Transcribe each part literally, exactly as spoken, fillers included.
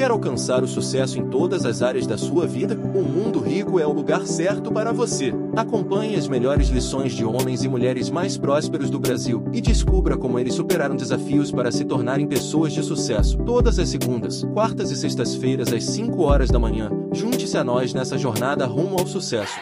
Quer alcançar o sucesso em todas as áreas da sua vida? O Mundo Rico é o lugar certo para você. Acompanhe as melhores lições de homens e mulheres mais prósperos do Brasil e descubra como eles superaram desafios para se tornarem pessoas de sucesso. Todas as segundas, quartas e sextas-feiras às cinco horas da manhã. Junte-se a nós nessa jornada rumo ao sucesso.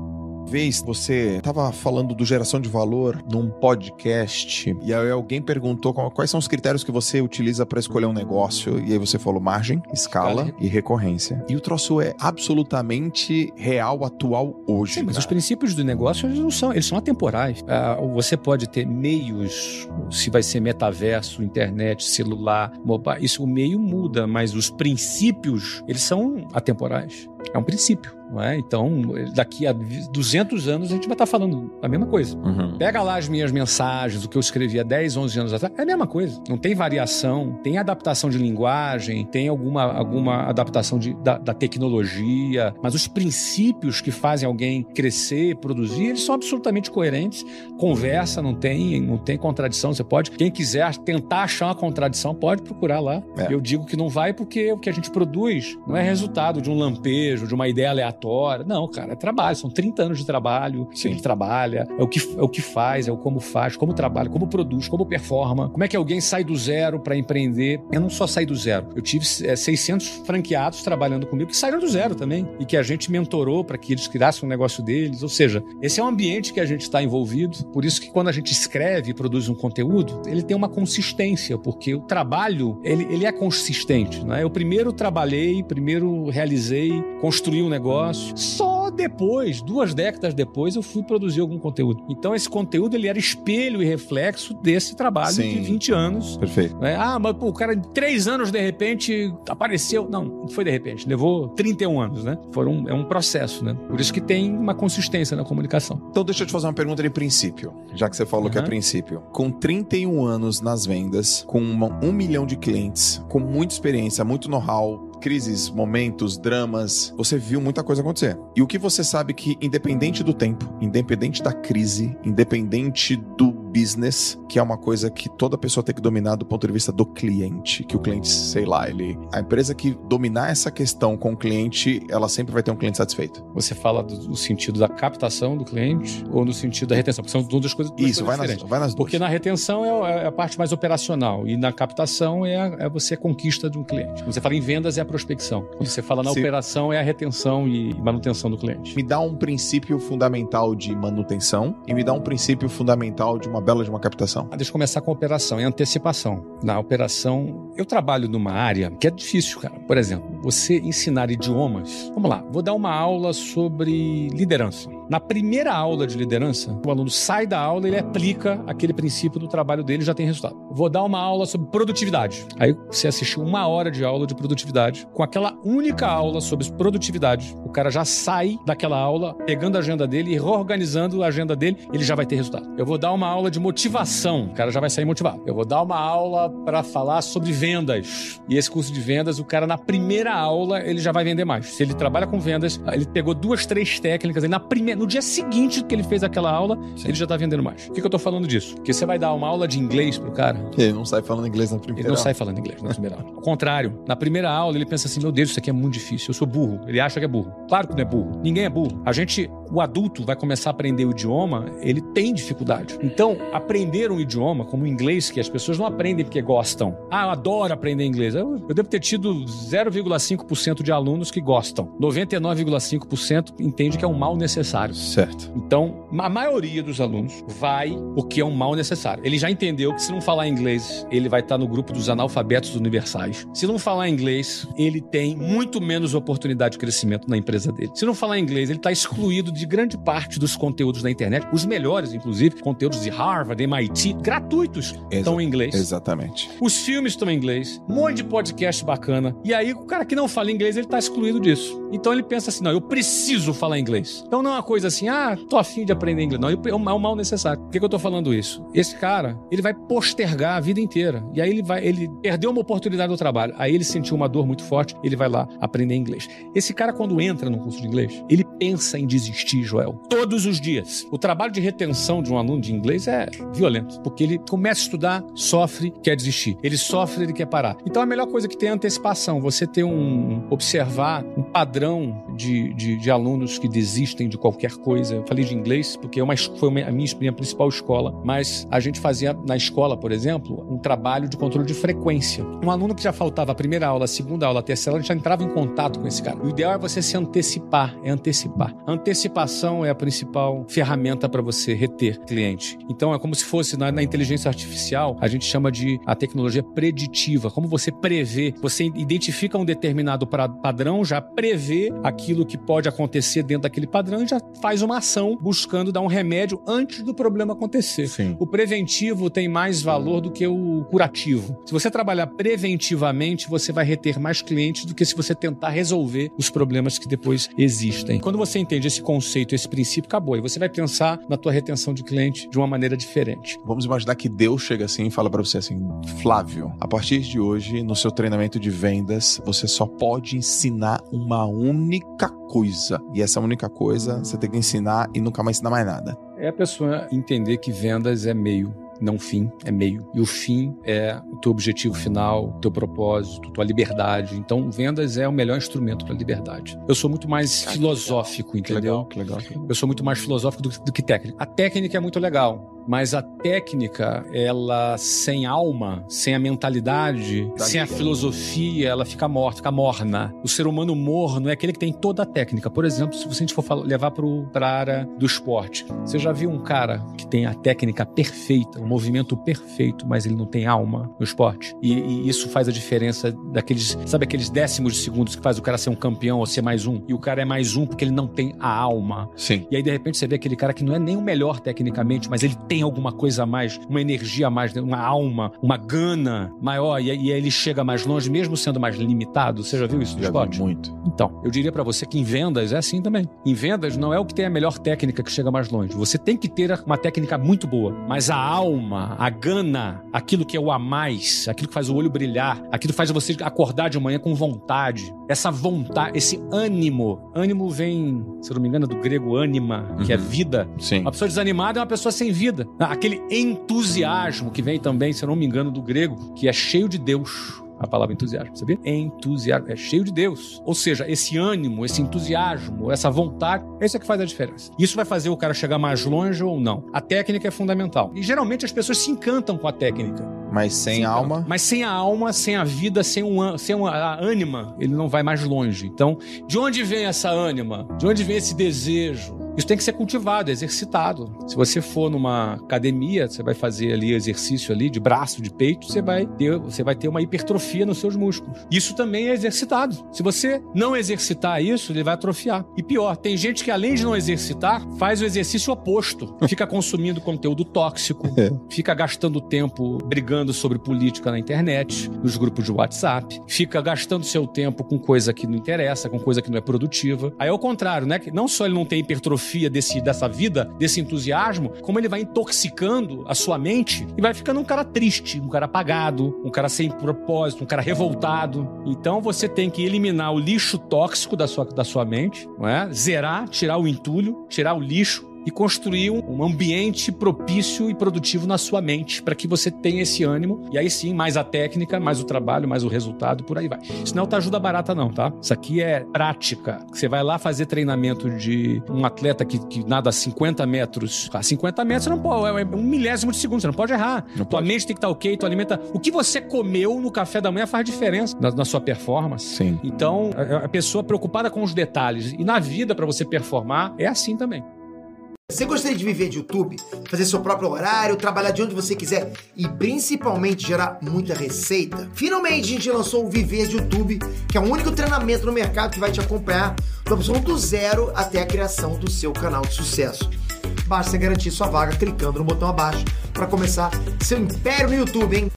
Vez você estava falando do geração de valor num podcast e aí alguém perguntou quais são os critérios que você utiliza para escolher um negócio e aí você falou margem, escala, escala e recorrência. E o troço é absolutamente real, atual hoje. Sim, mas cara, os princípios do negócio eles não são, eles são atemporais. Ah, você pode ter meios, se vai ser metaverso, internet, celular, mobile, isso o meio muda, mas os princípios eles são atemporais. É um princípio, não é? Então, daqui a duzentos anos a gente vai estar falando a mesma coisa. Uhum. Pega lá as minhas mensagens, o que eu escrevi há dez, onze anos atrás, é a mesma coisa. Não tem variação, tem adaptação de linguagem, tem alguma, alguma adaptação de, da, da tecnologia, mas os princípios que fazem alguém crescer, produzir, eles são absolutamente coerentes. Conversa, não tem, não tem contradição. Você pode, quem quiser tentar achar uma contradição, pode procurar lá. É. Eu digo que não vai porque o que a gente produz não é resultado de um lampejo, de uma ideia aleatória. Não, cara, é trabalho. São trinta anos de trabalho. Sim. Ele trabalha, é o, que, é o que faz, é o como faz, como trabalha, como produz, como performa. Como é que alguém sai do zero para empreender? Eu não só saí do zero. Eu tive é, seiscentos franqueados trabalhando comigo que saíram do zero também e que a gente mentorou para que eles criassem um negócio deles. Ou seja, esse é um ambiente que a gente está envolvido. Por isso que quando a gente escreve e produz um conteúdo, ele tem uma consistência, porque o trabalho, ele, ele é consistente, não é? Eu primeiro trabalhei, primeiro realizei, construir um negócio, só depois, duas décadas depois, eu fui produzir algum conteúdo. Então, esse conteúdo, ele era espelho e reflexo desse trabalho. Sim. De vinte anos. Perfeito. Né? Ah, mas pô, o cara em três anos, de repente, apareceu. Não, não foi de repente, levou trinta e um anos, né? Foram, é um processo, né? Por isso que tem uma consistência na comunicação. Então, deixa eu te fazer uma pergunta de princípio, já que você falou uhum. que é princípio. Com trinta e um anos nas vendas, com uma, um milhão de clientes, com muita experiência, muito know-how, crises, momentos, dramas, você viu muita coisa acontecer. E o que você sabe que, independente do tempo, independente da crise, independente do business, que é uma coisa que toda pessoa tem que dominar do ponto de vista do cliente, que o cliente, sei lá, ele... A empresa que dominar essa questão com o cliente, ela sempre vai ter um cliente satisfeito. Você fala do, do sentido da captação do cliente ou no sentido da retenção? Porque são duas coisas, duas Isso, coisas vai diferentes. Nas, vai nas duas. Porque na retenção é, é a parte mais operacional e na captação é, a, é você a conquista de um cliente. Quando você fala em vendas, é a prospecção. Quando você fala na Sim. operação, é a retenção e manutenção do cliente. Me dá um princípio fundamental de manutenção e me dá um princípio fundamental de uma bela de uma captação. Ah, deixa eu começar com a operação, é antecipação. Na operação, eu trabalho numa área que é difícil, cara. Por exemplo, você ensinar idiomas. Vamos lá, vou dar uma aula sobre liderança. Na primeira aula de liderança, o aluno sai da aula e ele aplica aquele princípio do trabalho dele e já tem resultado. Vou dar uma aula sobre produtividade. Aí você assistiu uma hora de aula de produtividade. Com aquela única aula sobre produtividade, o cara já sai daquela aula, pegando a agenda dele e reorganizando a agenda dele, ele já vai ter resultado. Eu vou dar uma aula de motivação, o cara já vai sair motivado. Eu vou dar uma aula para falar sobre vendas. E esse curso de vendas, o cara na primeira aula, ele já vai vender mais. Se ele trabalha com vendas, ele pegou duas, três técnicas, aí na primeira, no dia seguinte que ele fez aquela aula, Sim. ele já tá vendendo mais. Por que, que eu tô falando disso? Porque você vai dar uma aula de inglês pro cara... Ele não sai falando inglês na primeira Ele não aula. sai falando inglês na primeira aula. Ao contrário, na primeira aula ele pensa assim, meu Deus, isso aqui é muito difícil, eu sou burro. Ele acha que é burro. Claro que não é burro. Ninguém é burro. A gente, o adulto vai começar a aprender o idioma, ele tem dificuldade. Então, aprender um idioma, como o inglês, que as pessoas não aprendem porque gostam. Ah, eu adoro aprender inglês. Eu, eu devo ter tido zero vírgula cinco por cento de alunos que gostam. noventa e nove vírgula cinco por cento entende que é um mal necessário. Certo. Então, a maioria dos alunos vai porque é um mal necessário. Ele já entendeu que se não falar inglês, ele vai estar no grupo dos analfabetos universais. Se não falar inglês, ele tem muito menos oportunidade de crescimento na empresa dele. Se não falar inglês, ele está excluído de grande parte dos conteúdos da internet, os melhores, inclusive, conteúdos de Harvard, M I T, gratuitos, Exa- estão em inglês. Exatamente. Os filmes estão em inglês, um monte de podcast bacana. E aí, o cara que não fala inglês, ele está excluído disso. Então, ele pensa assim, não, eu preciso falar inglês. Então, não é uma coisa assim, ah, tô afim de aprender inglês. Não, é um mal necessário. Por que, que eu tô falando isso? Esse cara, ele vai postergar a vida inteira. E aí, ele vai, ele perdeu uma oportunidade do trabalho. Aí, ele sentiu uma dor muito forte, ele vai lá aprender inglês. Esse cara, quando entra no curso de inglês, ele pensa em desistir. desistir, Joel. Todos os dias. O trabalho de retenção de um aluno de inglês é violento, porque ele começa a estudar, sofre, quer desistir. Ele sofre, ele quer parar. Então a melhor coisa que tem é a antecipação. Você ter um... observar um padrão de, de, de alunos que desistem de qualquer coisa. Eu falei de inglês porque é uma, foi uma, a minha, minha principal escola, mas a gente fazia na escola, por exemplo, um trabalho de controle de frequência. Um aluno que já faltava a primeira aula, a segunda aula, a terceira aula, a gente já entrava em contato com esse cara. O ideal é você se antecipar, é antecipar. A antecipação é a principal ferramenta para você reter cliente. Então é como se fosse na, na inteligência artificial, a gente chama de a tecnologia preditiva, como você prevê, você identifica um determinado pra, padrão, já prevê aquilo que pode acontecer dentro daquele padrão e já faz uma ação buscando dar um remédio antes do problema acontecer. Sim. O preventivo tem mais valor do que o curativo. Se você trabalhar preventivamente, você vai reter mais clientes do que se você tentar resolver os problemas que depois existem. Quando você entende esse conceito, esse princípio, acabou. E você vai pensar na tua retenção de cliente de uma maneira diferente. Vamos imaginar que Deus chega assim e fala pra você assim: Flávio, a partir de hoje, no seu treinamento de vendas, você só pode ensinar uma única coisa. E essa única coisa, você tem que ensinar e nunca mais ensinar mais nada. É a pessoa entender que vendas é meio, não fim, é meio. E o fim é o teu objetivo final, o teu propósito, tua liberdade. Então, vendas é o melhor instrumento para a liberdade. Eu sou muito mais ah, filosófico, que entendeu? Que legal, que legal. Eu sou muito mais filosófico do, do que técnico. A técnica é muito legal. Mas a técnica, ela sem alma, sem a mentalidade, Daqui. sem a filosofia, ela fica morta, fica morna. O ser humano morno é aquele que tem toda a técnica. Por exemplo, se a gente for falar, levar para a área do esporte. Você já viu um cara que tem a técnica perfeita, o movimento perfeito, mas ele não tem alma no esporte? E, e isso faz a diferença daqueles, sabe aqueles décimos de segundos que faz o cara ser um campeão ou ser mais um? E o cara é mais um porque ele não tem a alma. Sim. E aí, de repente, você vê aquele cara que não é nem o melhor tecnicamente, mas ele tem alguma coisa a mais, uma energia a mais, uma alma, uma gana maior, e aí ele chega mais longe, mesmo sendo mais limitado. Você já viu isso no já esporte? Vi muito. Então, eu diria pra você que em vendas é assim também. Em vendas não é o que tem a melhor técnica que chega mais longe. Você tem que ter uma técnica muito boa, mas a alma, a gana, aquilo que é o a mais, aquilo que faz o olho brilhar, aquilo que faz você acordar de manhã com vontade, essa vontade, esse ânimo. Ânimo vem, se eu não me engano, do grego ânima, que uhum. é vida. Sim. Uma pessoa desanimada é uma pessoa sem vida. Aquele entusiasmo que vem também, se eu não me engano, do grego, que é cheio de Deus. A palavra entusiasmo, sabia? Entusiasmo, é cheio de Deus. Ou seja, esse ânimo, esse entusiasmo, essa vontade, isso é que faz a diferença. Isso vai fazer o cara chegar mais longe ou não. A técnica é fundamental. E geralmente as pessoas se encantam com a técnica. Mas sem alma... Mas sem a alma, sem a vida, sem, um, sem uma, a ânima, ele não vai mais longe. Então, de onde vem essa ânima? De onde vem esse desejo? Isso tem que ser cultivado, exercitado. Se você for numa academia, você vai fazer ali exercício ali de braço, de peito, você vai ter, você vai ter uma hipertrofia nos seus músculos. Isso também é exercitado. Se você não exercitar isso, ele vai atrofiar. E pior, tem gente que além de não exercitar, faz o exercício oposto. Fica consumindo conteúdo tóxico, é. fica gastando tempo brigando sobre política na internet, nos grupos de WhatsApp, fica gastando seu tempo com coisa que não interessa, com coisa que não é produtiva. Aí é o contrário, né? Não só ele não tem hipertrofia Desse, dessa vida, desse entusiasmo, como ele vai intoxicando a sua mente e vai ficando um cara triste, um cara apagado, um cara sem propósito, um cara revoltado. Então você tem que eliminar o lixo tóxico da sua, da sua mente, não é? Zerar, tirar o entulho, tirar o lixo e construir um ambiente propício e produtivo na sua mente para que você tenha esse ânimo. E aí sim, mais a técnica, mais o trabalho, mais o resultado, por aí vai. Isso não é ajuda barata não, tá? Isso aqui é prática. Você vai lá fazer treinamento de um atleta que, que nada a cinquenta metros. A cinquenta metros você não pode, é um milésimo de segundo, você não pode errar. Não tua pode. Mente tem que estar ok, tua alimenta... O que você comeu no café da manhã faz diferença na, na sua performance. Sim. Então, a, a pessoa preocupada com os detalhes. E na vida, para você performar, é assim também. Você gostaria de viver de YouTube, fazer seu próprio horário, trabalhar de onde você quiser e principalmente gerar muita receita? Finalmente a gente lançou o Viver de YouTube, que é o único treinamento no mercado que vai te acompanhar do absoluto zero até a criação do seu canal de sucesso. Basta garantir sua vaga clicando no botão abaixo para começar seu império no YouTube, hein?